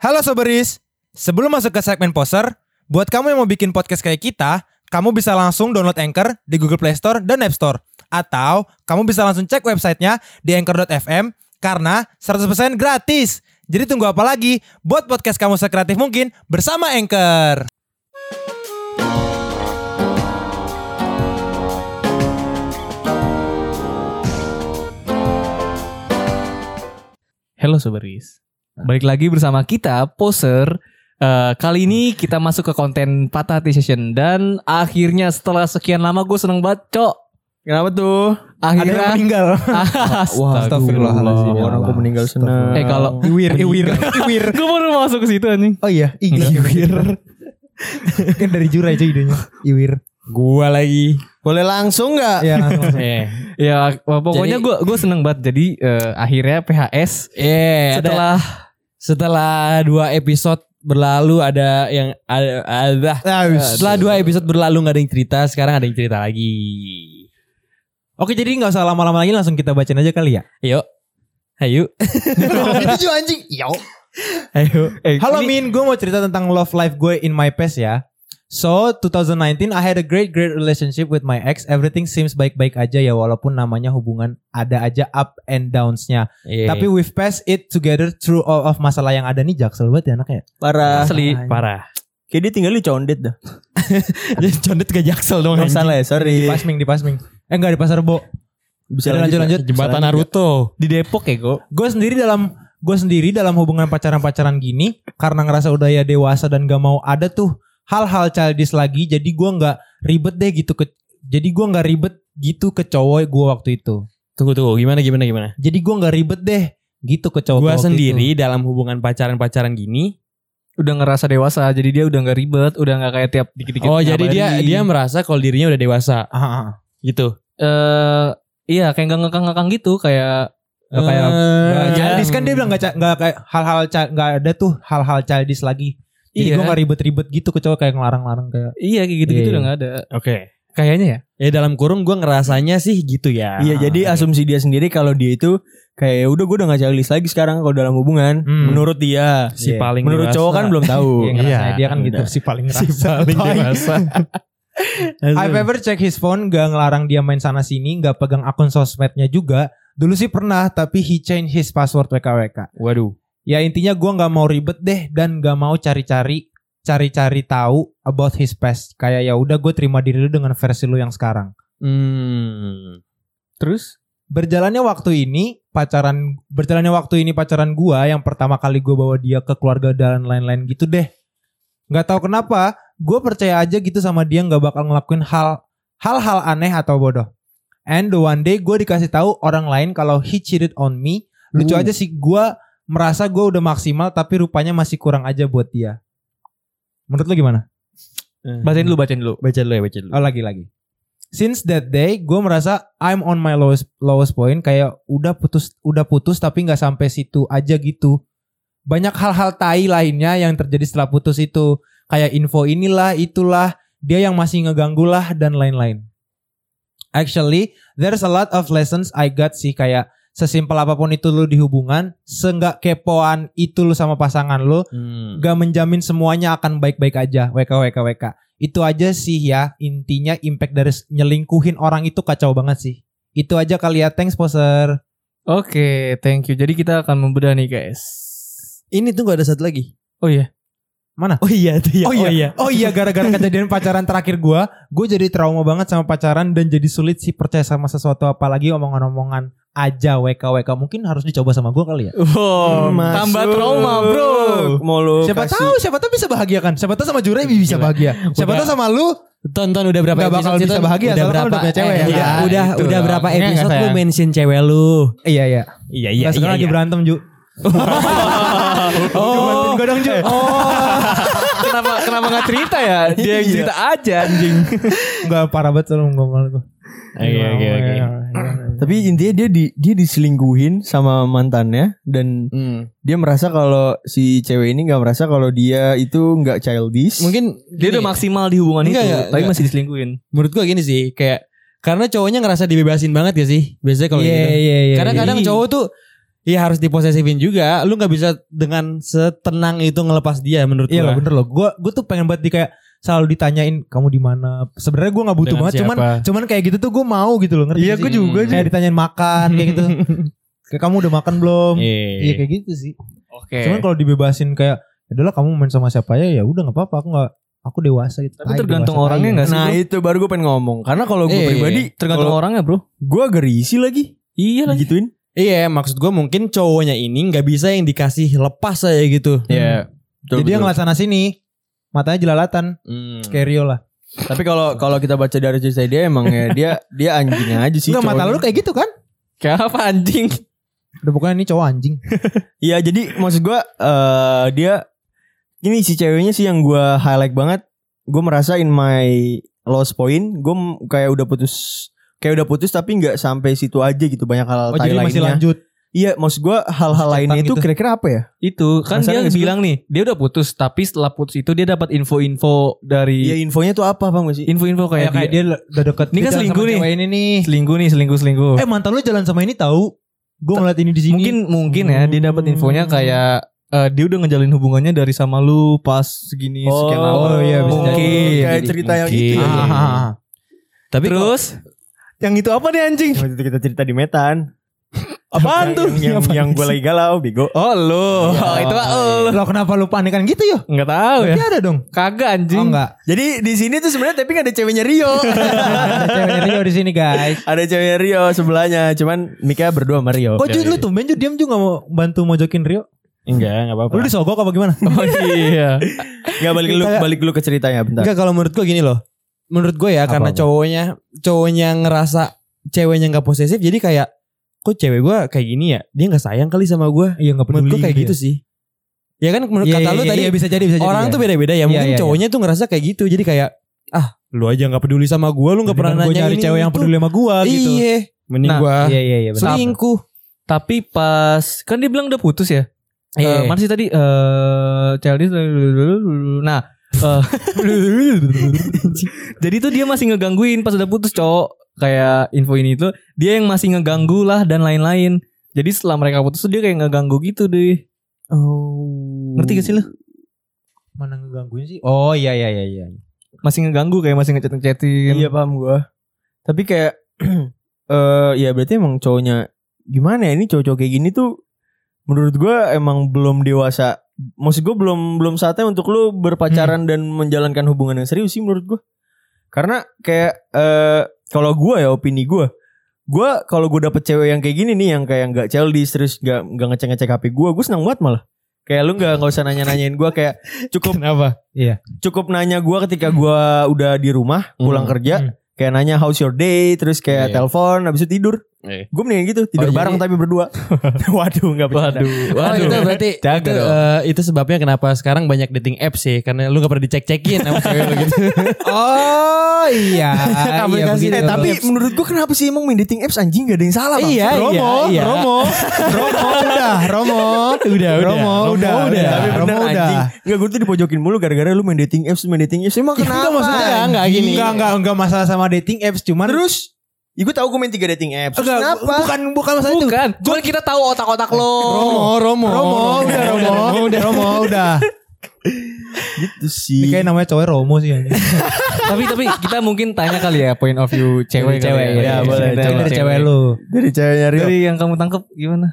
Halo Soberis, sebelum masuk ke segmen poser, buat kamu yang mau bikin podcast kayak kita, kamu bisa langsung download Anchor di Google Play Store dan App Store. Atau kamu bisa langsung cek websitenya di anchor.fm karena 100% gratis. Jadi tunggu apa lagi? Buat podcast kamu sekreatif mungkin bersama Anchor. Halo Soberis, balik lagi bersama kita Poser. Kali ini kita masuk ke konten Patah Hati Session. Dan akhirnya setelah sekian lama gue seneng banget, Cok. Kenapa tuh? Ada yang meninggal. Astagfirullahaladzim. Orang kok meninggal senang. Kalau Iwir. Gue baru masuk ke situ anjing. Oh iya, Iwir. Kan dari Jura aja idenya. Iwir. Gua lagi. Boleh langsung gak? Ya, langsung. Ya pokoknya gue seneng banget. Jadi akhirnya PHS. Setelah 2 episode berlalu setelah 2 episode berlalu gak ada yang cerita, sekarang ada yang cerita lagi. Oke, jadi gak usah lama-lama lagi, langsung kita bacain aja kali ya. Ayo. Itu anjing. Ayo. Halo Min, gue mau cerita tentang love life gue in my past ya. So, 2019 I had a great relationship with my ex. Everything seems baik-baik aja ya, walaupun namanya hubungan ada aja up and downs-nya. Tapi we've passed it together through all of masalah yang ada nih. Jaksel banget ya anaknya. Parah. Asli parah. Kayak dia tinggal di Condet dah. Condet ke Jaksel dong. Gak salah ya, sorry. Di Pasming. Enggak, di Pasar Rebo. Bisa lanjut. Jembatan Naruto. Di Depok ya Gue sendiri dalam hubungan pacaran gini, karena ngerasa udah ya dewasa dan gak mau ada tuh hal-hal childish lagi, jadi gue nggak ribet gitu ke cowok gue waktu itu. Tunggu, gimana? Jadi gue nggak ribet deh gitu ke cowok. Gue sendiri itu. Dalam hubungan pacaran gini udah ngerasa dewasa, jadi dia udah nggak ribet, udah nggak kayak tiap dikit-dikit. Oh, jadi dia merasa kalau dirinya udah dewasa. Gitu. Iya, kayak nggak ngekang gitu, kayak childish kan dia bilang nggak kayak nggak ada tuh hal-hal childish lagi. Jadi gue gak ribet-ribet gitu ke cowok kayak ngelarang-larang kayak. Iya kayak gitu-gitu udah gak ada. Oke. Kayaknya ya. Ya dalam kurung gue ngerasanya sih gitu ya. Iya, jadi asumsi dia sendiri kalau dia itu kayak udah gue udah gak childish lagi sekarang kalau dalam hubungan. Menurut dia. Paling menurut dewasa. cowok kan belum tahu. Dia kan gitu si paling dewasa. I've ever check his phone, gak ngelarang dia main sana sini, gak pegang akun sosmednya juga. Dulu sih pernah, tapi he change his password WKWK. Waduh. Ya intinya gue gak mau ribet deh dan gak mau cari-cari tahu about his past. Kayak ya udah gue terima diri lu dengan versi lu yang sekarang. Terus berjalannya waktu ini pacaran gue yang pertama kali gue bawa dia ke keluarga dan lain-lain gitu deh. Gak tahu kenapa gue percaya aja gitu sama dia gak bakal ngelakuin hal-hal aneh atau bodoh. And the one day gue dikasih tahu orang lain kalau he cheated on me. Lucu aja sih, gue merasa gue udah maksimal tapi rupanya masih kurang aja buat dia. Menurut lu gimana? Bacain dulu. Baca dulu. Oh lagi. Since that day gue merasa I'm on my lowest point. Kayak udah putus tapi gak sampai situ aja gitu. Banyak hal-hal tai lainnya yang terjadi setelah putus itu. Kayak info inilah itulah, dia yang masih ngeganggu lah dan lain-lain. Actually there's a lot of lessons I got sih. Kayak sesimpel apapun itu lu di hubungan, seenggak kepoan itu lu sama pasangan lu, gak menjamin semuanya akan baik-baik aja. WK. Itu aja sih ya, intinya impact dari nyelingkuhin orang itu kacau banget sih. Itu aja kali ya, thanks Poser. Oke, thank you. Jadi kita akan membedah nih guys. Ini tuh gak ada satu lagi. Oh iya. Mana? Oh iya itu ya. Oh iya, gara-gara kejadian pacaran terakhir gue jadi trauma banget sama pacaran dan jadi sulit sih percaya sama sesuatu, apalagi omongan-omongan aja WK. Mungkin harus dicoba sama gue kali ya. Tambah trauma bro. Mau lu siapa tahu bisa bahagia kan. Siapa tahu sama Jure bisa bahagia. Siapa tahu sama lu Tonton udah berapa episode bakal bisa bahagia. Udah berapa udah punya cewek ya. Udah berapa episode lu mention cewek lu. Iya. Sekarang lagi berantem Ju. Bantuin gue dong Ju. Kenapa gak cerita ya? Dia yang cerita aja anjing. Gak parah banget lu ngomong gue. Oke. Tapi intinya dia diselingkuhin sama mantannya dan dia merasa kalau si cewek ini nggak merasa kalau dia itu nggak childish. Mungkin dia udah maksimal di hubungan itu, tapi masih diselingkuhin. Menurut gua gini sih, kayak karena cowoknya ngerasa dibebasin banget ya sih. Biasanya kalau gitu. Iya. Karena kadang cowok tuh Iya harus diposesifin juga. Lu gak bisa dengan setenang itu ngelepas dia menurut Iya gua. loh bener loh. Gue tuh pengen banget kayak selalu ditanyain kamu di mana. Sebenarnya gue nggak butuh Dengan banget. siapa? Cuman kayak gitu tuh gue mau gitu loh. Ngerti Iya, gak gue sih? juga sih. Kayak ditanyain makan kayak gitu. Kayak kamu udah makan belum? Iya Iya. kayak gitu sih. Oke. Cuman kalau dibebasin kayak, adalah kamu main sama siapa ya udah nggak apa-apa. Aku dewasa gitu. Tapi Tai, tergantung dewasa orangnya tai. nggak sih? Nah bro? itu baru gue pengen ngomong. Karena kalau gue pribadi Tergantung kalau orangnya bro. gue agak risih lagi Iya lagi. digituin. Iya, maksud gue mungkin cowoknya ini gak bisa yang dikasih lepas aja gitu. Iya. Jadi dia ngeliat sana sini, matanya jelalatan. Kayak Rio lah. Tapi kalau kita baca dari cerita dia emang ya dia anjingnya aja sih. Enggak, mata cowoknya. lu kayak gitu kan? Kayak apa anjing? Udah pokoknya ini cowok anjing. Iya jadi maksud gue dia ini si ceweknya sih yang gue highlight banget. Gue merasa in my lowest point. Gue kayak udah putus tapi nggak sampai situ aja gitu, banyak hal Oh jadi masih lanjut. Iya maksud gue hal-hal Masih lainnya cetan itu gitu. kira-kira apa ya? Itu kan Penasaran dia nggak sih, bilang nih, dia udah putus tapi setelah putus itu dia dapat info-info dari Iya infonya tuh apa bang sih? info-info kayak, Kayak dia udah deket. Ini kan dia jalan selingkuh sama nih. cewek ini nih. selingkuh. Mantan lu jalan sama ini tahu? Gue ngeliat ini di sini. Mungkin ya dia dapat infonya kayak dia udah ngejalin hubungannya dari sama lu pas segini sekian lama. oh iya, bisa mungkin. jadi. Kayak cerita yang itu ya. Tapi terus yang itu apa nih anjing? Waktu itu kita cerita di Metan. Apaan tuh? Yang gue lagi galau, bego. Oh lu, itu mah lu. Lo kenapa lu panikan gitu yo? Enggak tahu ya. Tapi ada dong. Kagak Oh anjing. enggak. Jadi di sini tuh sebenarnya tapi ada ceweknya Rio. Ada ceweknya Rio di sini guys. Ada ceweknya Rio sebelahnya, cuman Mika berdua sama Rio. Kok lu tumben diam juga mau bantu mojokin Rio? Enggak apa-apa. Lu disogok apa gimana? Oh iya. Enggak balik dulu ke ceritanya bentar. Enggak, kalau menurut gue gini loh. Menurut gue ya karena cowoknya ngerasa ceweknya gak posesif, jadi kayak kok cewek gue kayak gini ya, dia gak sayang kali sama gue. Iya enggak peduli. Menurut gue kayak gitu sih. Ya kan menurut kata lu tadi bisa jadi orang tuh beda-beda ya. Mungkin cowoknya tuh ngerasa kayak gitu. Jadi kayak lu aja gak peduli sama gue, lu gak pernah nanya nyari cewek yang peduli sama gue gitu. Iya. Mending Nah, gue Iya benar. selingkuh. Tapi pas kan dia bilang udah putus ya. Iya. Mana sih tadi childish. Nah, jadi tuh dia masih ngegangguin pas udah putus cowok. Kayak info ini tuh dia yang masih ngeganggu lah dan lain-lain. Jadi setelah mereka putus tuh dia kayak ngeganggu gitu deh. Oh. Ngerti gak sih lu? Mana ngegangguin sih? Oh iya. Masih ngeganggu kayak masih ngechat-chatin. Iya paham gue. Tapi kayak ya berarti emang cowoknya gimana ya, ini cowok-cowok kayak gini tuh menurut gue emang belum dewasa. Maksud gue belum saatnya untuk lu berpacaran dan menjalankan hubungan yang serius sih menurut gue. Karena kayak kalau gue ya opini gue kalau gue dapet cewek yang kayak gini nih, yang kayak nggak childish terus nggak ngecek HP gue senang banget malah. Kayak lu nggak usah nanyain gue, kayak cukup Kenapa? Iya. cukup nanya gue ketika gue udah di rumah pulang kerja. Kayak nanya how's your day, terus kayak telepon, habis itu tidur. Gue mendingan gitu, tidur bareng tapi berdua. Waduh, nggak bercanda. Waduh. Itu berarti itu sebabnya kenapa sekarang banyak dating apps sih, karena lu gak pernah dicek-cekin sama cewek lu gitu. Oh iya. Aplikasi begitu. Tapi menurut gue kenapa sih emang main dating apps anjing, gak ada yang salah bang. Iya. Romo udah. Tapi Romo bener udah. anjing. Enggak, gue tuh dipojokin mulu gara-gara lu main dating apps. Emang kenapa? maksudnya enggak gini. Enggak masalah sama dating apps, cuman Terus ya gue tahu gue main 3 dating apps. Terus enggak, kenapa? bukan masalah itu. Bukan. Cuman kita tahu otak-otak lo. Romo udah. Gitu Ini sih. kayak namanya cowok Romo sih anjing. tapi kita mungkin tanya kali ya point of view cewek. kali ya, boleh. Dari cewek lu. Dari ceweknya Rio. Dari yang kamu tangkep gimana?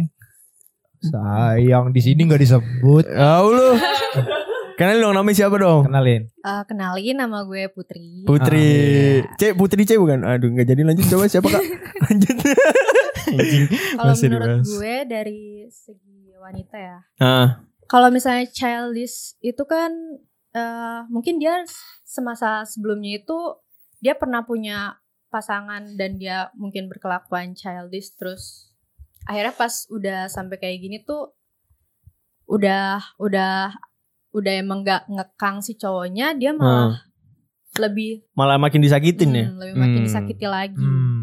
Sayang di sini enggak disebut. Oh lu. Kenalin dong, namanya siapa dong? Kenalin. Kenalin, nama gue Putri. Putri. Putri C bukan? Aduh, enggak jadi, lanjut coba siapa Kak? Lanjut. Kalau menurut gue dari segi wanita ya. Nah, Kalau misalnya childish itu kan mungkin dia semasa sebelumnya itu dia pernah punya pasangan dan dia mungkin berkelakuan childish, terus akhirnya pas udah sampai kayak gini tuh udah emang gak ngekang si cowoknya, dia malah malah makin disakitin ya. lebih makin disakiti lagi.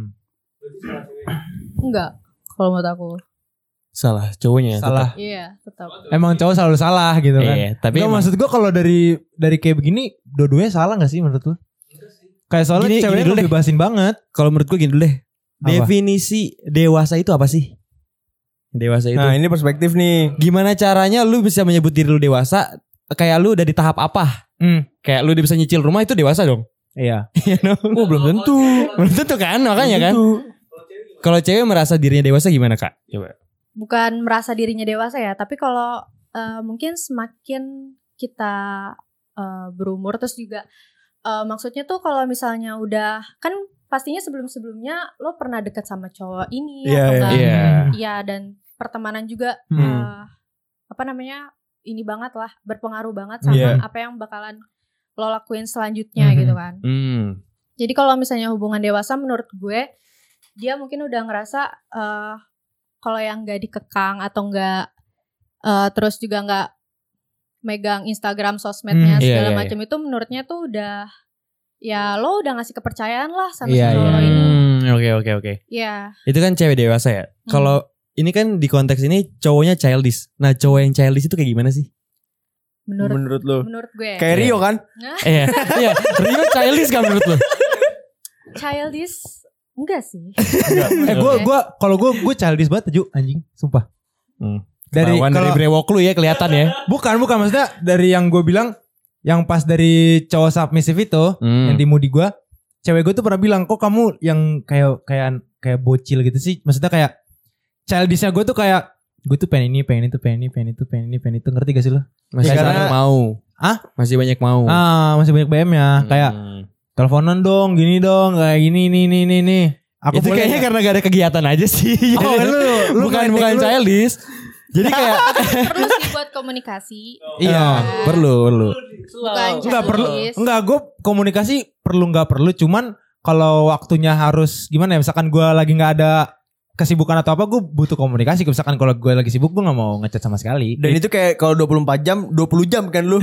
Enggak, kalau menurut aku. Salah cowoknya. Salah. Iya, tetap. Emang cowok selalu salah gitu kan. Iya, tapi Enggak, maksud gue kalau dari kayak begini dua-duanya salah gak sih menurut lu? Kayak soalnya Gini ceweknya dulu lu deh. bebasin banget. kalau menurut gue gini dulu deh. Apa? Definisi dewasa itu apa sih? Dewasa itu. Nah ini perspektif nih. Gimana caranya lu bisa menyebut diri lu dewasa? Kayak lu udah di tahap apa? Kayak lu udah bisa nyicil rumah itu dewasa dong. Iya. Iya no? Oh belum tentu. Belum tentu kan, makanya kan. Kalau cewek merasa dirinya dewasa gimana kak? Coba. Bukan merasa dirinya dewasa ya, tapi kalau mungkin semakin kita berumur, terus juga maksudnya tuh kalau misalnya udah kan pastinya sebelumnya lo pernah dekat sama cowok ini atau enggak? Iya, dan pertemanan juga apa namanya ini banget lah, berpengaruh banget sama apa yang bakalan lo lakuin selanjutnya gitu kan. Jadi kalau misalnya hubungan dewasa menurut gue dia mungkin udah ngerasa kalau yang nggak dikekang atau nggak terus juga nggak megang Instagram sosmednya segala macam itu menurutnya tuh udah ya lo udah ngasih kepercayaan lah sama si cowok ini. Oke. Iya. Itu kan cewek dewasa ya. Kalau ini kan di konteks ini cowoknya childish. Nah cowok yang childish itu kayak gimana sih? Menurut lo? Menurut gue. Kayak Rio kan? Iya. Rio childish kan menurut lo? Childish enggak sih. Gue childish banget Ju, anjing, sumpah. Dari brewok lu ya kelihatan ya. Bukan maksudnya dari yang gue bilang yang pas dari cowok submissive itu yang di moody gue, cewek gue tuh pernah bilang kok kamu yang kayak bocil gitu sih. Maksudnya kayak childishnya gue tuh kayak gue tuh pengen ini, pengen itu, ngerti gak sih lo? Masih banyak mau. Masih banyak mau. Masih banyak BM ya. Kayak teleponan dong, gini dong, kayak gini nih. Aku itu kayaknya karena gak ada kegiatan aja sih. Lu bukan childish. Jadi kayak perlu sih buat komunikasi. Iya, perlu. Bukan Enggak perlu. childish. Enggak, gue komunikasi nggak perlu. Cuman kalau waktunya harus gimana ya? Misalkan gue lagi nggak ada kesibukan atau apa, gue butuh komunikasi. Misalkan kalau gue lagi sibuk, gue nggak mau ngechat sama sekali. Dan itu kayak kalau 24 jam, 20 jam kan lu.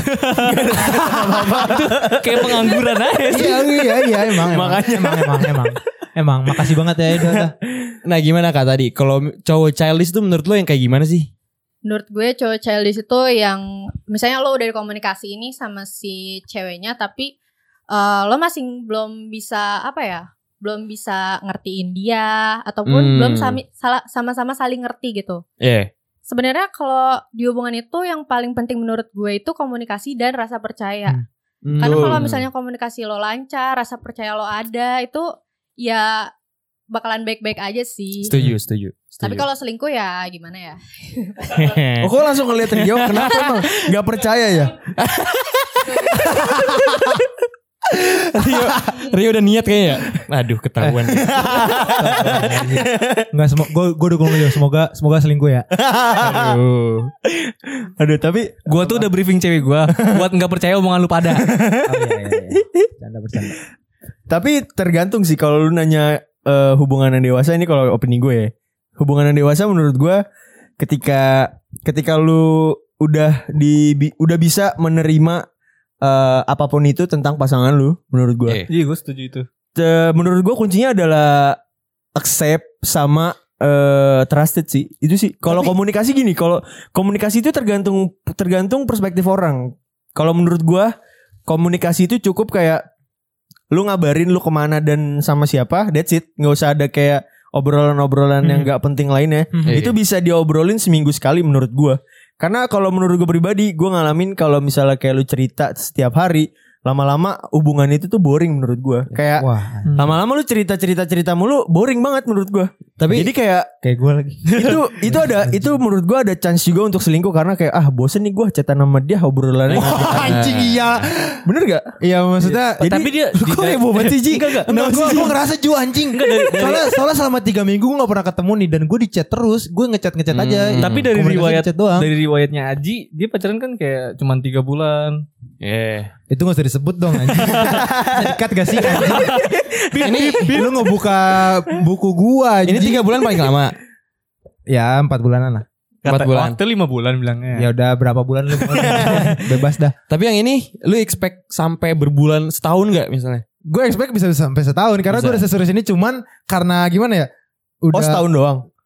Kayak pengangguran aja sih. Iya, emang. Makasih banget ya itu. Nah gimana kak tadi? Kalau cowok childish itu menurut lo yang kayak gimana sih? Menurut gue cowok childish itu yang misalnya lo udah komunikasi ini sama si ceweknya tapi lo masih belum bisa belum bisa ngertiin dia ataupun belum sama-sama saling ngerti gitu. Sebenarnya kalau di hubungan itu yang paling penting menurut gue itu komunikasi dan rasa percaya. Karena kalau misalnya komunikasi lo lancar, rasa percaya lo ada, itu ya bakalan baik-baik aja sih. Setuju. Tapi kalau selingkuh ya gimana ya? Kok langsung ngeliat Rio? Kenapa emang? Gak percaya ya? Rio udah niat kayaknya. Aduh ketahuan. Enggak, gue dukung Rio. Semoga selingkuh ya. Aduh tapi Gue tuh udah briefing cewek gue buat nggak percaya omongan lu pada. Bercanda. Tapi tergantung sih kalau lu nanya hubungan yang dewasa ini kalau opini gue ya. Hubungan yang dewasa menurut gue ketika lu udah bisa menerima apapun itu tentang pasangan lu menurut gue. Iya gue setuju itu. Menurut gue kuncinya adalah accept sama trusted sih. Itu sih. Kalau komunikasi gini, kalau komunikasi itu tergantung perspektif orang. Kalau menurut gue komunikasi itu cukup kayak lu ngabarin lu kemana dan sama siapa, that's it. Nggak usah ada kayak obrolan-obrolan yang nggak penting lainnya. Itu bisa diobrolin seminggu sekali menurut gue. Karena kalau menurut gue pribadi, gue ngalamin kalau misalnya kayak lu cerita setiap hari, lama-lama hubungan itu tuh boring menurut gue. Kayak lama-lama lu cerita mulu boring banget menurut gue. Tapi jadi kayak gue lagi. itu menurut gue ada chance juga untuk selingkuh karena kayak bosen nih gue chatan sama dia obrolannya. Anjing iya. Bener gak? Iya maksudnya. Tapi dia kok heboh banget sih? Enggak. Gue ngerasa Ju anjing. Soalnya selama 3 minggu gue gak pernah ketemu nih. Dan gue di chat terus. Gue ngechat aja. Tapi dari riwayat doang. Dari riwayatnya Aji, dia pacaran kan kayak cuma 3 bulan. Itu gak usah disebut dong anjing. Dekat gak sih anjing? Ini lu ngebuka buku gua anjing. Ini 3 bulan paling lama. Ya 4 bulanan lah. 4 bulan. Waktu 5 bulan bilangnya. Ya udah berapa bulan lu bebas dah. Tapi yang ini lu expect sampai berbulan setahun gak misalnya? Gue expect bisa sampai setahun. Karena gue udah seserius ini cuman karena gimana ya? Setahun doang.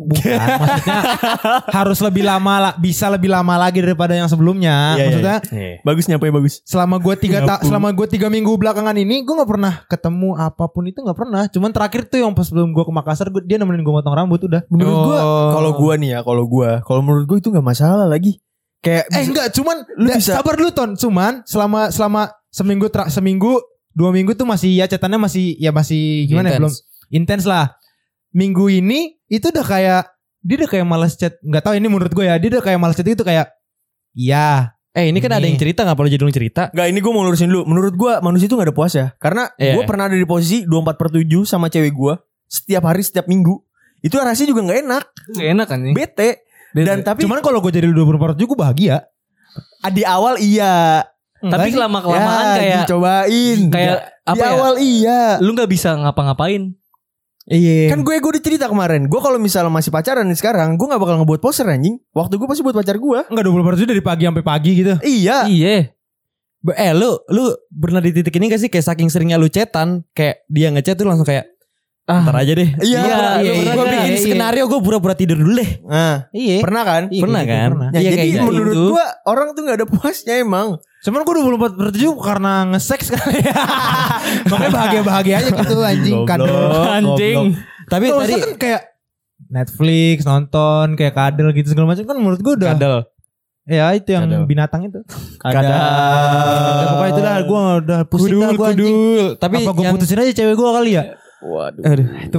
Bukan, maksudnya harus lebih lama bisa lebih lama lagi daripada yang sebelumnya. Iya, Maksudnya Bagus nyampe bagus. selama gue 3 minggu belakangan ini gue nggak pernah ketemu apapun itu, nggak pernah. Cuman terakhir tuh yang pas sebelum gue ke Makassar dia nemenin gue motong rambut udah. Menurut gua kalau menurut gua itu nggak masalah lagi. Kayak Enggak, cuman Lu bisa- sabar dulu Ton. Cuman selama seminggu 2 minggu tuh masih ya chatannya masih gimana ya, belum intens lah. Minggu ini itu udah kayak dia udah kayak malas chat. Nggak tahu ini menurut gue ya, dia udah kayak malas chat itu kayak iya. ini kan ada yang cerita, gak perlu jadi lu cerita. Nggak, ini gue mau lurusin dulu. Menurut gue manusia itu gak ada puas ya. Karena gue pernah ada di posisi 24/7 sama cewek gue. Setiap hari, setiap minggu. Itu rasanya juga gak enak. Gak enak kan nih. Bete. Dan tapi Cuman kalau gue jadi 24/7 gue bahagia. di awal iya. Tapi lama-kelamaan Ya, kayak dicobain. kayak di apa ya? awal iya. Lu gak bisa ngapa-ngapain. Iya. Kan gue udah cerita kemarin. Gue kalau misalnya masih pacaran nih sekarang, gue gak bakal ngebuat poster anjing. Waktu gue pasti buat pacar gue. Enggak 24/7 dari pagi sampai pagi gitu. Iya. Iya. Lu pernah di titik ini gak sih kayak saking seringnya lu chatan, kayak dia ngechat tuh langsung kayak ntar aja deh. Iya, Gue bikin skenario, gue pura-pura tidur dulu deh. Nah, Iya. pernah kan? Pernah kan? Pernah. Nah, Iya, jadi kayak menurut gitu. gue orang tuh gak ada puasnya emang. Cuman gue 24/7 karena nge-sex kali ya. Makanya bahagia-bahagia aja gitu anjing. Kadel. Anjing. Tapi Kalau tadi kan kayak Netflix nonton kayak kadel gitu segala macam kan menurut gue udah. kadal. Ya itu yang Kadel. binatang itu. Ada. Ya, pokoknya itu dah gue udah pusing dah gue anjing. Tapi Apa gue yang putusin aja cewek gue kali ya? Waduh. Itu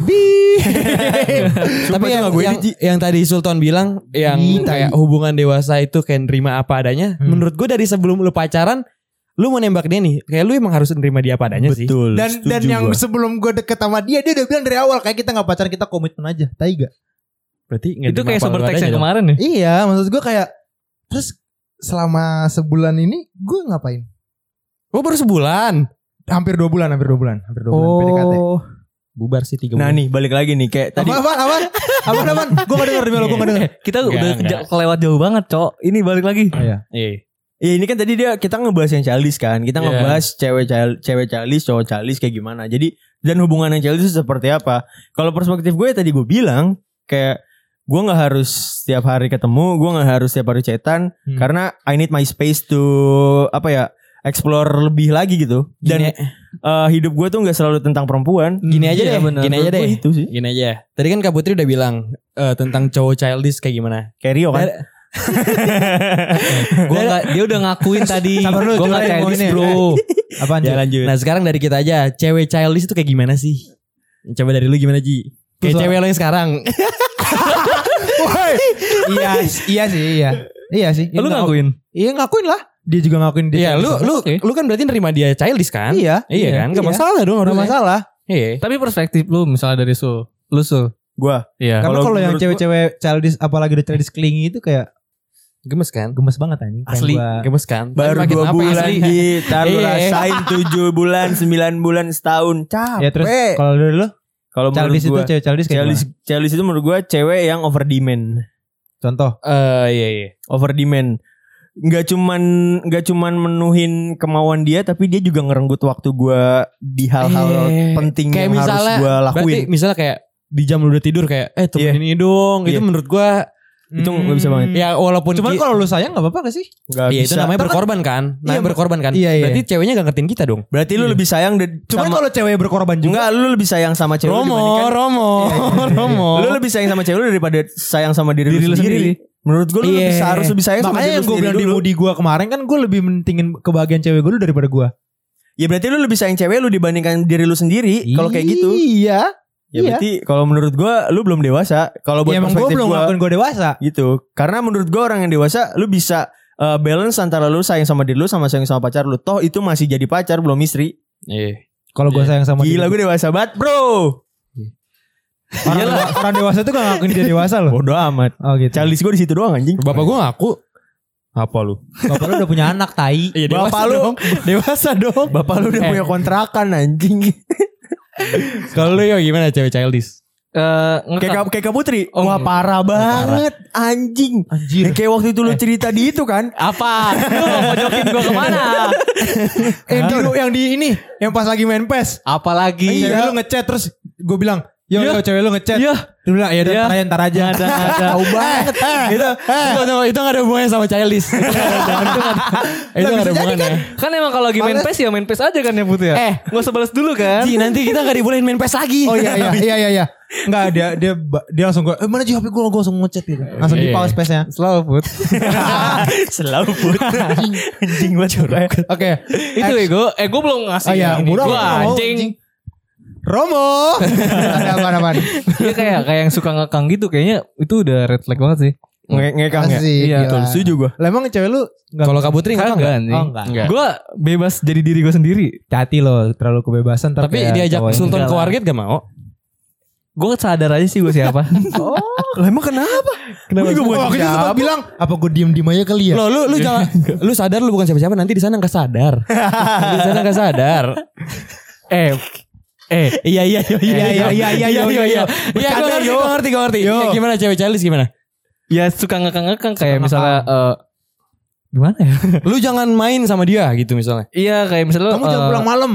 tapi yang tadi Sultan bilang yang kayak hubungan dewasa itu kayak nerima apa adanya. Menurut gue dari sebelum lu pacaran, lu mau nembak dia nih, kayak lu emang harus nerima dia apa adanya sih. Betul. Dan yang sebelum gue deket sama dia udah bilang dari awal kayak kita nggak pacaran, kita komitmen aja. Tai gak? Berarti Itu kayak sumber teks yang kemarin ya. Iya, maksud gue kayak terus selama sebulan ini gue ngapain? Oh baru sebulan. Hampir 2 bulan PDKT. Bubar sih 3 Nah bulan. nih balik lagi nih kayak tadi. Apaan? Gue gak denger di malu, gue gak denger. Kita Enggak, udah enggak. kelewat jauh banget, Cok. Ini balik lagi. Oh, iya. Iya. Ya ini kan tadi kita ngebahas yang childish kan. Kita Iya. ngebahas cewek childish, cowok childish kayak gimana. Jadi dan hubungan yang childish itu seperti apa. Kalau perspektif gue tadi gue bilang kayak gue gak harus setiap hari ketemu, gue gak harus setiap hari chatan. Karena I need my space to explore lebih lagi gitu. Dan hidup gue tuh gak selalu tentang perempuan. Gini aja Iya, deh. bener. Gini aja Menurut deh. gue itu sih. Gini aja. Tadi kan Kak Putri udah bilang tentang cowok childish kayak gimana. Kayak Rio kan. Dia udah ngakuin tadi. Sabar dulu, Gue coba gak yang childish, mau ini. bro. Apaan Ya sih? lanjut. Nah sekarang dari kita aja, cewek childish itu kayak gimana sih? Coba dari lu gimana Ji? Kayak cewek lo yang sekarang. Iya sih. Lu ngakuin? Iya ngakuin lah. Dia juga ngakuin dia. Iya, lu kan berarti nerima dia childish kan? Iya. Iya kan? Gak Iya. masalah dong Gak harusnya. masalah. Iya. Tapi perspektif lu misalnya dari Sul. Lu Sul. Gue. Iya. Karena kalau yang menurut cewek-cewek childish, apalagi udah childish clingy itu kayak Gemes kan? gemes banget anjing. Kayak Asli. gua- Gemes kan? Baru Makin 2 apa bulan asli? gitar lu Iya. rasain 7 bulan 9 bulan setahun. Capek. Ya terus kalau dari lu Kalau menurut childish itu gue cewek childish kayak gimana? childish itu menurut gue cewek yang over demand. Contoh. Iya. Over demand. Gak cuman menuhin kemauan dia, tapi dia juga ngerenggut waktu gue di hal-hal penting Kayak yang harus misalnya, gue lakuin. berarti misalnya kayak di jam lu udah tidur kayak temenin ini dong. Itu Iya. menurut gua Itu gak bisa banget. ya walaupun Cuman kalau lu sayang gak apa-apa gak sih? Gak iya itu bisa. namanya berkorban kan? Namanya berkorban kan? Iya, iya. Berarti ceweknya gak ngertiin kita dong. Berarti lu lebih sayang Cuman sama kalau cewek berkorban juga. enggak, lu lebih sayang sama cewek lu dibandingkan Romo. lu lebih sayang sama cewek lu daripada sayang sama diri lu sendiri. Menurut gue lu harus lebih sayang sama Makanya diri yang lu gue sendiri bilang di dulu. moodi gue kemarin kan gue lebih mentingin kebahagiaan cewek gue daripada gue. Ya berarti lu lebih sayang cewek lu dibandingkan diri lu sendiri. Kalau kayak gitu. Iya. Ya berarti kalau menurut gue lu belum dewasa. Kalau buat Ya emang gue perspektif belum gue ngakuin gue dewasa. gitu. Karena menurut gue orang yang dewasa lu bisa balance antara lu sayang sama diri lu sama sayang sama pacar lu. Toh itu masih jadi pacar belum istri. Iya. Kalau gue sayang sama Gila diri gue dewasa banget bro. orang dewasa tuh gak ngakuin dia dewasa loh. Bodoh amat. Oh gitu. Childish gue di situ doang anjing. Bapak gua ngaku. Apa lu? Bapak lu udah punya anak tai. Iya, Bapak lu dewasa dong. Bapak lu udah punya kontrakan anjing. Kalau lu yo gimana cewek childish? Kayak Kak Putri. Oh, Wah parah banget anjing. Anjir. Ya, kayak waktu itu lu cerita di itu kan. Apa? Lu mojokin gue kemana? Yang di ini, yang pas lagi main PES. Apalagi? Cewek lu ngechat terus gue bilang, yo cewek lu ngechat. Iya. Dia bilang ya udah ntar aja. Ada. Tahu banget. Itu gak ada hubungannya sama childish. Itu gak ada hubungannya. Kan emang kalau lagi main PES ya main PES aja kan ya Put ya. Gak usah balas dulu kan. Ji, nanti kita gak dibolehin main PES lagi. Oh iya. Enggak dia langsung gue mana Ji HP gue langsung ngechat gitu. Langsung di pause space-nya. Selalu Put. Selalu Put. Anjing banget. Oke. Itu ego. Gue belum ngasih. Oh iya, Gue murah anjing. Romo. Ada apa-apa. Dia kayak yang suka ngekang gitu. Kayaknya itu udah red flag banget sih. Ngekang ya. Iya, Betul, setuju gue. Lah emang cewek lu Kalau Kak Putri Kagak enggak? anjing. Oh, enggak. Gue bebas jadi diri gue sendiri. hati lo terlalu kebebasan Tapi diajak Sultan ke warget gak mau? Gue sadar aja sih gue siapa. Lah emang kenapa? Kenapa? Aku juga sempat bilang apa gue diem aja kali ya. Loh, lu jangan, lu sadar lu bukan siapa-siapa, nanti di sana nggak sadar. Nanti di sana nggak sadar. Iya. Iya, gue ngerti. Ya, gimana cewek childish gimana? Ya suka ngekang-ngekang kayak misalnya gimana ya? Lu jangan main sama dia gitu misalnya. Iya kayak misalnya Kamu jangan pulang malam.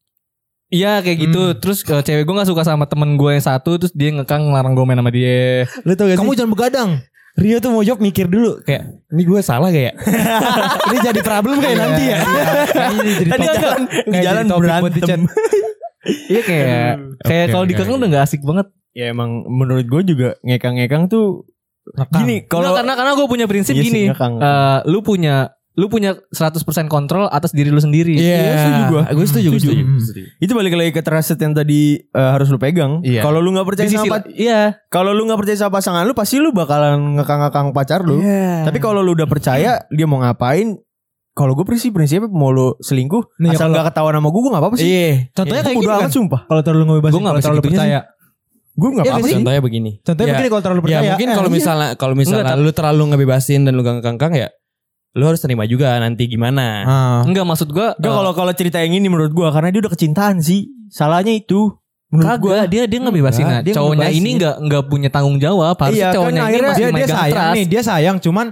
Iya kayak gitu. Terus cewek gue gak suka sama temen gue yang satu. Terus dia ngekang ngelarang gue main sama dia. Lu tau gak sih? Kamu jangan begadang. Rio tuh mau jawab mikir dulu kayak ini gue salah gak ya? Ini jadi problem kayak nanti ya. Tadi di jalan berantem. Iya kayak kalau dikekang udah gak asik banget. Ya emang menurut gue juga ngekang-ngekang tuh gini Kalau kalau karena gue punya prinsip Iya sih, gini. ngekang. Lu punya 100% kontrol atas diri lu sendiri. Iya, gue setuju. itu balik lagi ke trust yang tadi harus lu pegang. Iya. Kalau lu nggak percaya Di sisi sama kalau lu nggak percaya sama pasangan lu pasti lu bakalan ngekang-ngekang pacar lu. Tapi kalau lu udah percaya dia mau ngapain, kalau gue prinsipnya mau lu selingkuh Nih, asal kalau- nggak ketahuan sama gue nggak apa-apa sih. Iya. Contohnya kayak Gue gini udah kan. amat sumpah. Kalau terlalu ngebebasin, Gue nggak kalau bisa terlalu gitunya percaya. Gue nggak Iya apa-apa nggak sih. Contohnya begini. Contohnya begini kalau terlalu percaya. Ya mungkin kalau misalnya lu terlalu ngebebasin dan lu gangkang ya, lu harus terima juga nanti gimana. Enggak maksud gue. Enggak kalau cerita yang ini menurut gue karena dia udah kecintaan sih. Salahnya itu. Menurut gue Kagak, dia ngebebasin. Enggak, dia Cowoknya ngebebasin. ini nggak punya tanggung jawab. Harusnya Iya, kan cowoknya ini akhirnya masih dia megang sayang trust. nih, dia sayang cuman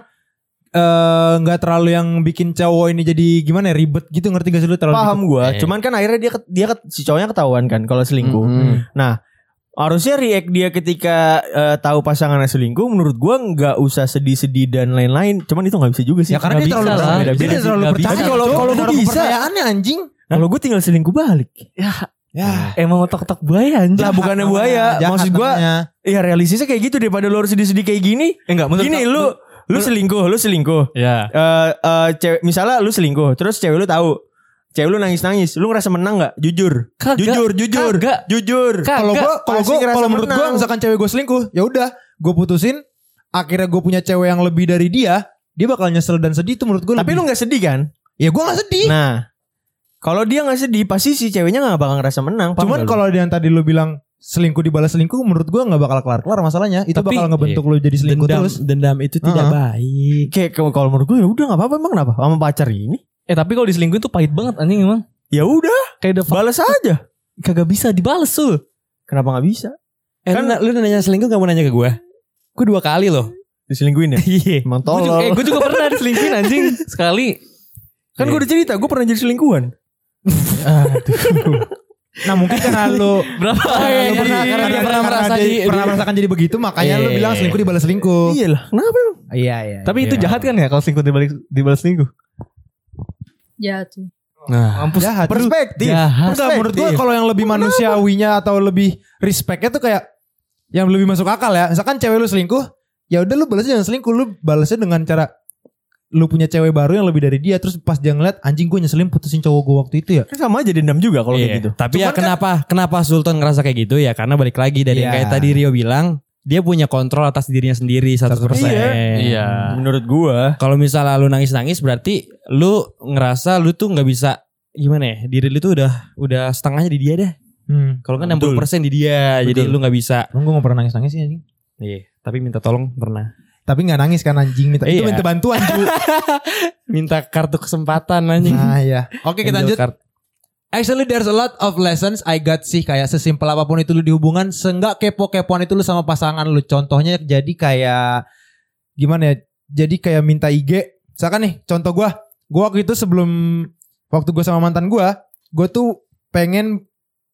nggak terlalu yang bikin cowok ini jadi gimana ya, ribet gitu, ngerti gak sih lu terlalu paham gue. Iya. Cuman kan akhirnya dia si cowoknya ketahuan kan kalau selingkuh. Nah, harusnya react dia ketika tahu pasangannya selingkuh menurut gua nggak usah sedih-sedih dan lain-lain. Cuman itu nggak bisa juga sih. Ya karena Nggak dia terlalu bisa lah. beda-beda. Dia terlalu Nggak percaya. bisa. Tapi kalau Cowok gua naruh bisa kepercayaannya, anjing. Kalau gue tinggal selingkuh balik. Ya. Emang otak-otak buaya anjing. Lah bukannya buaya. Jahat Maksud gua namanya. ya realistisnya kayak gitu daripada lu harus sedih-sedih kayak gini. Enggak, menurut Gini lu selingkuh. Ya. Cewek misalnya lu selingkuh, terus cewek lu tahu. Cewek lu nangis-nangis, lu ngerasa menang gak? Jujur. Kagak. Jujur. Kagak. Jujur. Kalau Pasti ngerasa kalau menurut gua menang. misalkan cewek gue selingkuh, ya udah, gue putusin. Akhirnya gue punya cewek yang lebih dari dia bakal nyesel dan sedih, itu menurut gue. Tapi lu gak sedih kan? ya gue gak sedih. Nah, kalau dia gak sedih, pasti si ceweknya gak bakal ngerasa menang. Paham Cuman gak lu? kalau yang tadi lu bilang selingkuh dibalas selingkuh, menurut gue gak bakal kelar-kelar masalahnya. Itu Tapi- bakal ngebentuk lu jadi selingkuh terus. Dendam itu tidak baik. kayak kalau menurut gue ya udah nggak apa-apa emang kenapa sama pacar ini? Tapi kalau diselingkuhin tuh pahit banget anjing emang. Ya udah, Kayak udah balas aja. kagak bisa dibales tuh. Kenapa nggak bisa? Kan lu nanya selingkuh gak mau nanya ke gue? Gue 2 kali loh. Diselingkuhin ya? Iya. Emang Gue juga, tolol. gue juga pernah diselingkuhin anjing sekali. Kan gue udah cerita, gue pernah jadi selingkuhan. Nah mungkin karena lu Berapa? karena dia pernah merasa pernah merasakan jadi begitu, makanya lu Iya. bilang selingkuh dibalas selingkuh. Iya lah, kenapa emang? Iya. Tapi itu jahat kan ya kalau selingkuh dibalas selingkuh? Jahat sih. Nah, Mampus. Jahat. Perspektif. Jahat. Enggak, menurut gua kalau yang lebih manusiawinya atau lebih respectnya tuh kayak yang lebih masuk akal ya. Misalkan cewek lu selingkuh, ya udah lu balasnya jangan selingkuh, lu balasnya dengan cara lu punya cewek baru yang lebih dari dia, terus pas dia ngeliat anjing gue nyeselin putusin cowok gue waktu itu ya. Kan sama aja dendam juga kalau kayak iya. gitu. Tapi ya kenapa Sultan ngerasa kayak gitu ya? Karena balik lagi dari yang Iya. kayak tadi Rio bilang, dia punya kontrol atas dirinya sendiri 100%. Iya. Menurut gua, Kalau misalnya lu nangis-nangis berarti lu ngerasa lu tuh nggak bisa gimana ya? Diri lu tuh udah setengahnya di dia deh. Kalau kan 60% di dia, jadi lu nggak bisa. Gue gak pernah nangis-nangis sih anjing. Iya, tapi minta tolong pernah. Tapi gak nangis kan anjing, minta itu Iya. minta bantuan cu. Minta kartu kesempatan anjing. Nah ya. Oke kita Angel lanjut. card. Actually there's a lot of lessons I got sih, kayak sesimpel apapun itu lu di hubungan, seenggak kepo-kepoan itu lu sama pasangan lu. Contohnya jadi kayak gimana ya? Jadi kayak minta IG. Misalkan nih contoh gua waktu itu sebelum waktu gua sama mantan gua tuh pengen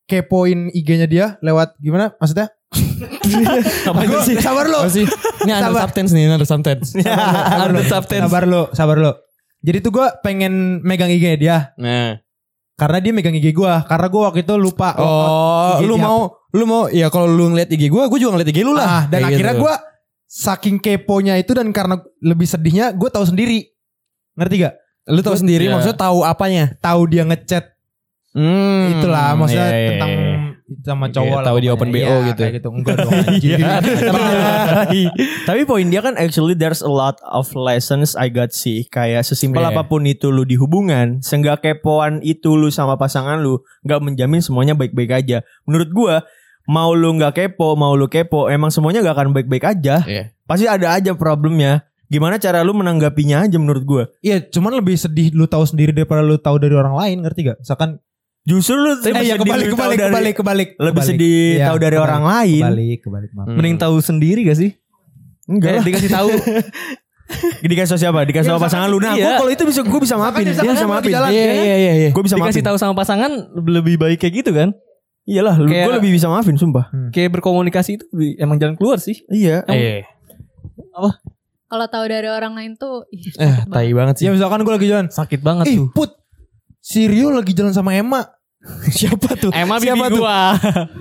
kepoin IG-nya dia lewat gimana maksudnya? Apa sih? Sabar lo. Ini under substance nih, under substance. Sabar lo. Jadi tuh gue pengen megang IG dia. Nah. Karena dia megang IG gue. Karena gue waktu itu lupa. Oh, lu mau ya kalau lu ngeliat IG gue juga ngeliat IG lu lah. Dan kayak akhirnya gitu. gue saking keponya itu dan karena lebih sedihnya gue tahu sendiri. Ngerti gak? Lu tahu sendiri Iya. maksudnya tahu apanya? Tahu dia ngechat. Itulah maksudnya iya, iya, tentang iya. sama cowok lah. Tahu di pokoknya. open BO Iya, gitu. Kayak gitu. Enggak dong anjing. Tapi poin dia kan actually there's a lot of lessons I got sih. Kayak sesimpel Yeah. apapun itu lu di hubungan, seenggak kepoan itu lu sama pasangan lu gak menjamin semuanya baik-baik aja. Menurut gua, mau lu gak kepo, mau lu kepo, emang semuanya gak akan baik-baik aja. Iya. Pasti ada aja problemnya. Gimana cara lu menanggapinya aja menurut gua. Iya, cuman lebih sedih lu tahu sendiri daripada lu tahu dari orang lain, ngerti gak? Misalkan Justru lu ya kebalik. lebih sedih Iya, tahu dari orang lain. Kebalik, maaf. Mending tahu sendiri gak sih? Enggak lah. Dikasih tahu. Dikasih tau siapa? Dikasih tau pasangan lu. Nah, Iya. gua kalau itu gue bisa maafin. Dia bisa maafin. Iya. Gue bisa Dikasih maafin. tahu sama pasangan lebih baik kayak gitu kan? Iyalah, gue Kayak- lebih bisa maafin, sumpah. Kayak berkomunikasi itu emang jalan keluar sih. Iya. Kalau tahu dari orang lain tuh Tai banget sih. Ya misalkan gue lagi jalan. Sakit banget Ih tuh. Put, si Rio lagi jalan sama Emma. Siapa tuh? Emma bibi Siapa tuh? gua.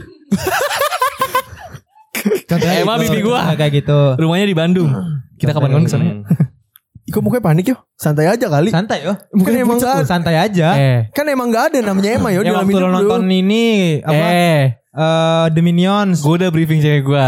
Contohnya Emma gitu. bibi gua. Kayak gitu. Rumahnya di Bandung. Kita kapan-kapan kesana. Kok mukanya panik yo? Santai aja kali. Santai yo. Mungkin emang gak, Santai aja. kan emang gak ada namanya Emma yo Ya dalam waktu hidup lo lu. nonton ini apa? The Minions. Gue udah briefing cewek gue.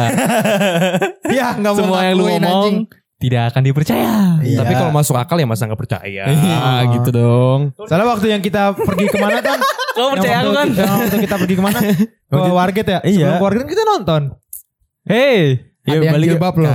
Ya nggak mau Semua yang lu ngakuin, ngomong anjing. tidak akan dipercaya. Iya. Tapi kalau masuk akal ya masa nggak percaya. Iya. Gitu dong. Soalnya waktu yang kita pergi kemana kan? Lo percaya aku kan? Yang waktu kita pergi kemana? Ke Warget ya? Iya. Sebelum ke Warget kan kita nonton. Hey. Ada yang jilbab loh.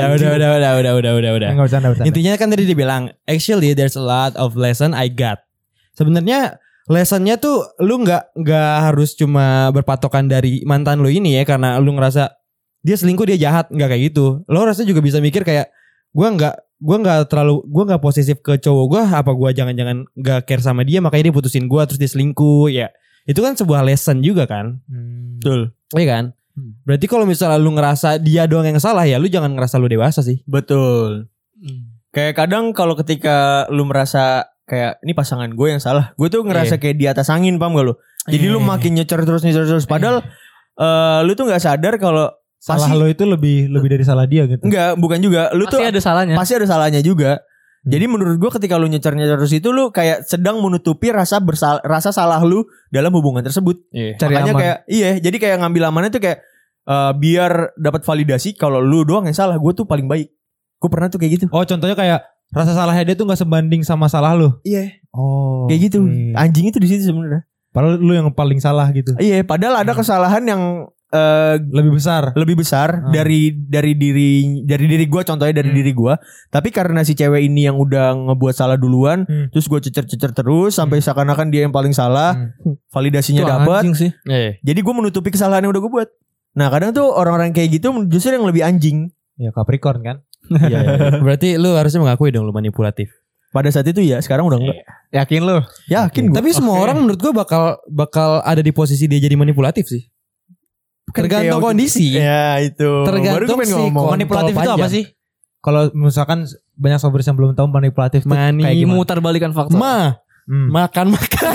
Udah. Enggak bercanda. Intinya kan tadi dia bilang, actually there's a lot of lesson I got. Sebenarnya lessonnya tuh lu nggak harus cuma berpatokan dari mantan lu ini ya, karena lu ngerasa dia selingkuh dia jahat, nggak kayak gitu. Lo rasanya juga bisa mikir kayak gue nggak posesif ke cowok gue, apa gue jangan-jangan nggak care sama dia makanya dia putusin gue terus dia selingkuh ya. Itu kan sebuah lesson juga kan. Betul. Iya kan? Berarti kalau misalnya lu ngerasa dia doang yang salah ya lu jangan ngerasa lu dewasa sih. Betul. Kayak kadang kalau ketika lu merasa kayak ini pasangan gue yang salah, gue tuh ngerasa kayak di atas angin, paham gak lu? Jadi lu makin nyecer terus. Padahal lu tuh nggak sadar kalau Salah lo itu lebih dari salah dia gitu. Enggak, bukan juga. Lu Pasti tuh ada salahnya. pasti ada salahnya juga. Jadi menurut gue ketika lu nyecer terus itu lu kayak sedang menutupi rasa salah lu dalam hubungan tersebut. Cari Makanya aman. kayak jadi kayak ngambil amannya tuh kayak biar dapat validasi kalau lu doang yang salah, gue tuh paling baik. Gue pernah tuh kayak gitu. Oh contohnya kayak rasa salahnya dia tuh nggak sebanding sama salah lo. Iya. Oh. Kayak gitu. oke. Anjing itu di situ sebenarnya. Padahal lu yang paling salah gitu. Iya, padahal ada kesalahan yang Lebih besar. dari diri gue, contohnya dari diri gue. Tapi karena si cewek ini yang udah ngebuat salah duluan, terus gue cecer terus sampai seakan-akan dia yang paling salah, validasinya Itu dapat. anjing sih. Jadi gue menutupi kesalahan yang udah gue buat. Nah kadang tuh orang-orang kayak gitu justru yang lebih anjing. Ya Capricorn kan. Iya. Berarti lu harusnya mengakui dong lu manipulatif. Pada saat itu ya, sekarang udah enggak. Yakin lo? Yakin gue. Tapi semua orang menurut gua bakal ada di posisi dia jadi manipulatif sih. Tergantung kondisi. Ya itu. Tergantung Baru gue pengen sih, ngomong. Manipulatif itu panjang. apa sih? Kalau misalkan banyak sobers yang belum tahu manipulatif tuh kayak gimana? Memutar balikan fakta. Makan.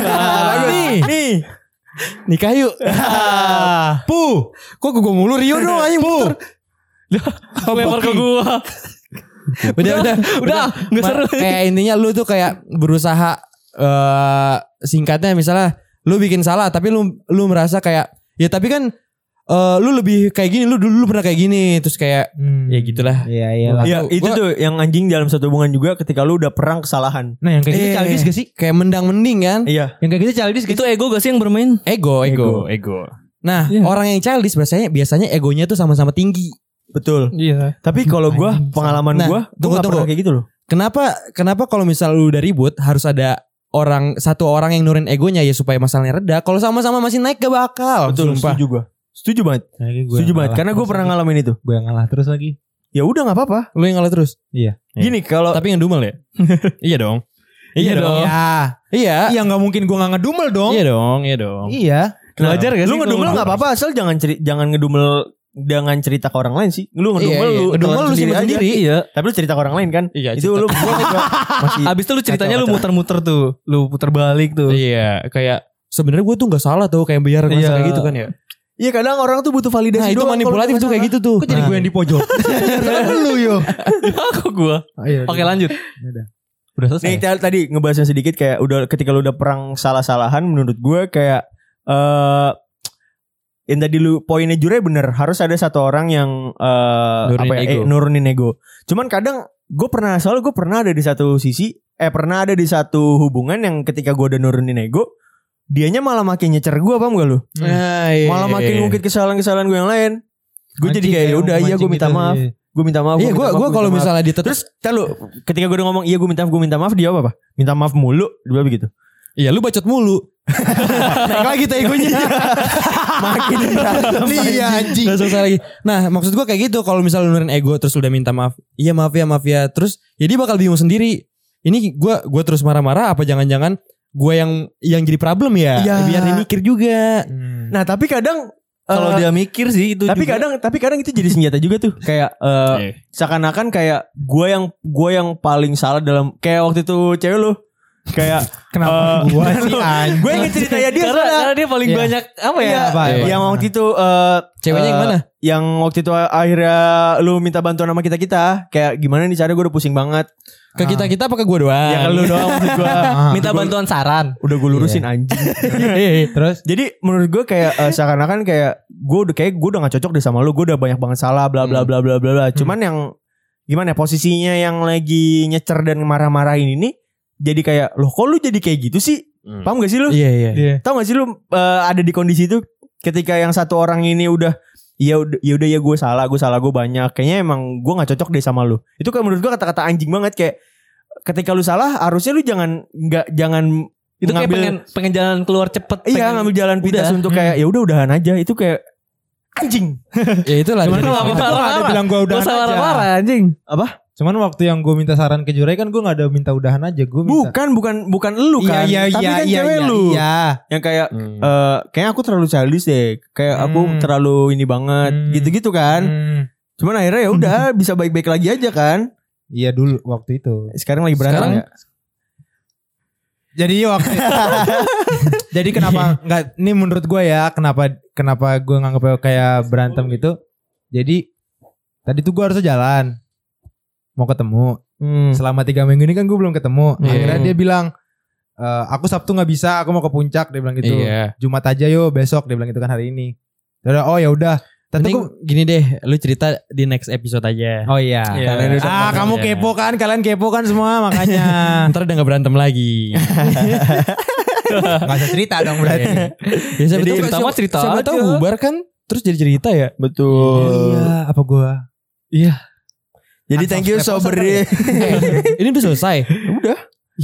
Nih kayu. Puh. Kok gue mulu Rio dong anjing muter. Lempar ke gua. Udah, nggak seru. Kayak intinya lu tuh kayak berusaha singkatnya misalnya lu bikin salah tapi lu merasa kayak ya tapi kan lu lebih kayak gini, lu dulu pernah kayak gini, terus kayak ya gitulah. Iya. Ya itu tuh yang anjing dalam satu hubungan juga ketika lu udah perang kesalahan. Nah yang kayak gitu childish gak sih? Kayak mendang-mending kan? Iya. Yang kayak gitu childish gitu. Itu ego gak sih yang bermain? Ego. Nah, orang yang childish biasanya egonya tuh sama-sama tinggi. Betul. Iya. Tapi kalau gue pengalaman Nah, gue tunggu. gak pernah kayak gitu loh. Kenapa kalau misal lu udah ribut harus ada satu orang yang nurin egonya ya supaya masalahnya reda. Kalau sama-sama masih naik gak bakal. Betul. Sumpah. Setuju gue. Setuju banget. Setuju banget. Karena gue pernah ngalamin itu. Gue yang ngalah terus lagi. Ya udah nggak apa-apa. Lu yang ngalah terus. Iya. Gini kalau Tapi ngedumel ya? Iya dong. Iya. Iya. Iya nggak mungkin gue nggak ngedumel dong. Iya dong. Iya. Wajar gak sih? Lu ngedumel kalau- nggak apa-apa asal jangan ngedumel dengan cerita ke orang lain sih. Lu ngedumel Iya, lu ngedumel telan lu simpen aja. sendiri. Iya. Tapi lu cerita ke orang lain kan? Iya, Itu lu gua juga masih Abis itu lu ceritanya lu Kacau. muter-muter tuh. Lu puter balik tuh. Iya, kayak sebenarnya gue tuh nggak salah tuh kayak biar Iya. kayak gitu kan ya. Iya kadang orang tuh butuh validasi Nah itu doang manipulatif kalau tuh kayak nggak gitu tuh. Kok jadi gue yang di pojok? Lu yo. Kok gua? Ayo. Oke lanjut. Udah. Udah salah. Nih selesai. tadi ngebahasnya sedikit kayak udah ketika lu udah perang salah-salahan menurut gue kayak yang tadi lu poinnya Jure bener harus ada satu orang yang nurunin ego. Cuman kadang gue pernah ada di satu sisi pernah ada di satu hubungan yang ketika gue udah nurunin ego dianya malah makin nyecer gue, paham gak lu? Malah makin ngungkit kesalahan-kesalahan gue yang lain. Gue jadi kayak udah iya gue minta maaf. Gue minta maaf. Iya gue kalau misalnya terus lu ketika gue udah ngomong iya gue minta maaf dia apa? Minta maaf mulu, dia begitu. Iya lu bacot mulu. Naik lagi tuh egonya. Makin berantem. Iya anjing. Udah selesai lagi. Nah maksud gue kayak gitu. Kalau misalnya lu nurunin ego terus lu udah minta maaf. Iya maaf ya. Terus ya dia bakal bingung sendiri. Ini gue terus marah-marah apa jangan-jangan gue yang jadi problem ya? Iya. Biar dia mikir juga. Nah tapi kadang Kalau dia mikir sih itu tapi juga. kadang itu jadi senjata juga tuh. Kayak seakan-akan kayak gue yang paling salah dalam kayak waktu itu cewek lu. Kayak Kenapa gua sih anjing? gue ingin cerita ya dia karena dia paling Iya. banyak apa ya? Iya, Apa? yang waktu itu Ceweknya yang mana? Yang waktu itu akhirnya lu minta bantuan sama kita. Kayak gimana nih cara gue udah pusing banget. Ke kita apa ke gue doang? Ya ke lu doang maksud gue. Minta bantuan saran. Udah gue lurusin anjing. Terus Jadi menurut gue kayak seakan-akan kayak gue udah gak cocok deh sama lu. Gue udah banyak banget salah bla bla bla bla bla bla. Cuman yang gimana ya, posisinya yang lagi nyecer dan marah-marahin ini jadi kayak loh kok lu jadi kayak gitu sih? Paham gak sih lu? Iya. Tahu gak sih lu ada di kondisi itu ketika yang satu orang ini udah ya gue salah gue banyak, kayaknya emang gue nggak cocok deh sama lu. Itu kayak menurut gue kata-kata anjing banget. Kayak ketika lu salah harusnya lu jangan Itu kayak pengen jalan keluar cepet. iya ngambil jalan pintas Udah. untuk kayak ya udahan aja. Itu kayak anjing. Ya itulah. Cuman jadi- kalau Marah-marah. gua nggak ada bilang gue udahan Gak usah aja. marah-marah anjing. Cuman waktu yang gue minta saran ke Jurai kan gue nggak ada minta udahan aja. Gue minta. Bukan lu kan, tapi kan cewek lu yang kayak kayaknya aku terlalu childish deh, kayak aku terlalu ini banget, gitu-gitu kan. Cuman akhirnya ya udah bisa baik-baik lagi aja kan. Iya dulu waktu itu. Sekarang lagi berantem Sekarang- ya. Jadi waktu jadi kenapa nggak? Ini menurut gue ya kenapa gue nganggap kayak berantem gitu. Jadi tadi tuh gue harusnya jalan mau ketemu. Selama 3 minggu ini kan gue belum ketemu. Akhirnya dia bilang aku Sabtu nggak bisa, aku mau ke puncak. Dia bilang gitu. Iya. Jumat aja yo besok. Dia bilang gitu kan hari ini. Udah, oh ya udah. Tentu Mending gini deh, lu cerita di next episode aja. Oh iya. Iya. Kalian udah- Ah, kamu iya. kepo kan? Kalian kepo kan semua makanya. Ntar udah gak berantem lagi. Gak usah cerita dong berarti. Ya, siapa Jadi tahu- cerita mah cerita siapa aja. tahu bubar kan, terus jadi cerita ya. Betul. Iya, apa gua? Jadi thank you Sobri. Ini udah selesai. Udah.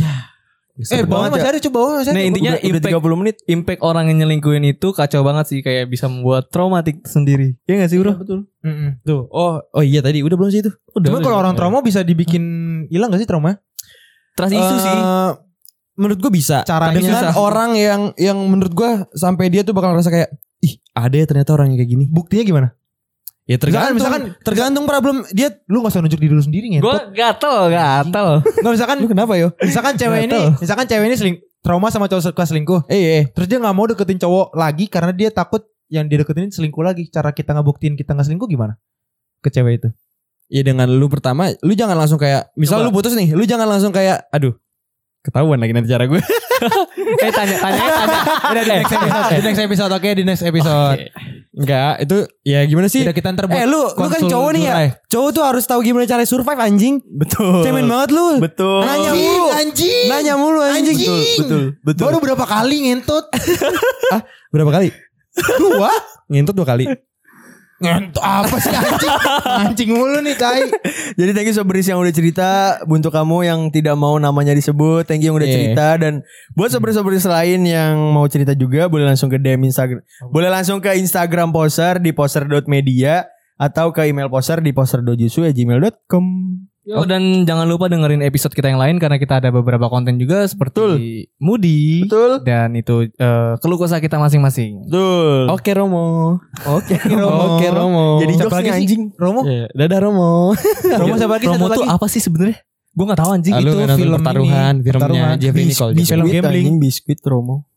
Bawah masih ada, coba bawah masih ada. Nah intinya udah 30 menit. impact orang yang nyelingkuhin itu kacau banget sih. Kayak bisa membuat traumatik sendiri. Iya gak sih bro? Betul. Mm-mm. Tuh, oh iya tadi udah belum sih itu? Cuman kalau orang trauma bisa dibikin hilang gak sih trauma? Trust issue sih. Menurut gue bisa. Caranya Dengan susah. orang yang menurut gue sampai dia tuh bakal ngerasa kayak, ih ada ya ternyata orang yang kayak gini. Buktinya gimana? Ya tergantung. Misalkan- tergantung problem dia. Lu gak usah nunjuk diri lu sendiri Gue ngentot. gatel. Nggak misalkan Lu kenapa yo? misalkan cewek ini trauma sama cowok suka selingkuh. Terus dia gak mau deketin cowok lagi karena dia takut yang dia deketin selingkuh lagi. Cara kita ngebuktiin kita gak selingkuh gimana? Ke cewek itu. Ya dengan lu pertama, lu jangan langsung kayak, misal lu putus nih, lu jangan langsung kayak, aduh, ketahuan lagi nanti cara gue. Tanya. Udah di next episode. Oke, di next episode. Enggak, itu ya gimana sih? Udah kita ntar buat Lu kan konsul cowok nih ya. Jurai. Cowok tuh harus tahu gimana cara survive anjing. Betul. Cemen banget lu. Betul. Nanya mulu. Nanya mulu anjing. Betul. Baru berapa kali ngentot? Berapa kali? 2. Ngentut 2 kali. Ngentot apa sih anjing? Anjing mulu nih tai. Jadi thank you Sobris yang udah cerita. Untuk kamu yang tidak mau namanya disebut, thank you yang udah Iya. cerita. Dan buat Sobris-Sobris lain yang mau cerita juga, boleh langsung ke DM Instagram. Boleh langsung ke Instagram Poser di poser.media atau ke email poser di poser.jusu@gmail.com. Dan jangan lupa dengerin episode kita yang lain karena kita ada beberapa konten juga seperti Moody. Betul. Dan itu keluh kesah kita masing-masing. Betul. Oke Romo. Oke. Oke Romo. Jadi Siapa jokes lagi nih sih? anjing. Romo? Iya, dadah Romo. Romo siapa lagi? Romo Satu tuh lagi. apa sih sebenarnya? Gue gak tahu anjing. Lalu itu nonton film pertaruhan, ini. filmnya Pertaruhan. Jeffrey Nicole. Film gambling. Anjing, biskuit Romo.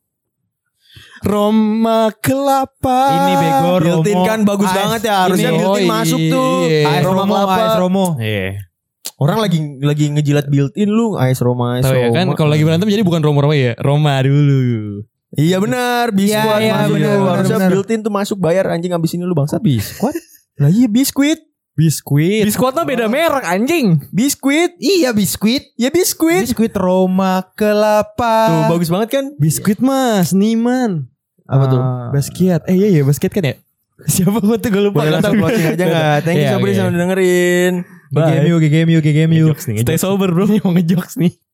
Roma kelapa. Ini bego Romo. Built-in kan bagus Ice. banget ya. Harusnya Ini. built-in Oh, masuk iya. tuh. AS Roma Romo, kelapa. AS Romo. Iya. Orang lagi ngejilat built-in lu. Ice Roma, Ice Tahu ya Roma. kan kalau lagi berantem jadi bukan Romo ya, Roma dulu. Iya benar, biskuit Iya, masuk benar, tuh. benar, Harusnya benar. built-in tuh masuk bayar anjing abis ini lu bangsat. Biskuit? Lah iya biskuit. Biskuit. Biskuit mah beda merek anjing. Biskuit. Iya biskuit. Ya biskuit. Biskuit Roma kelapa. Tuh bagus banget kan? Biskuit mas, seniman. Apa tuh? Basket. Iya basket kan ya? Siapa gue tuh gue lupa. Boleh langsung closing aja gak? Thank you Iya, Sobri oke. sama udah dengerin. Bye. GGMU. Stay sober bro. Mau ngejokes nih.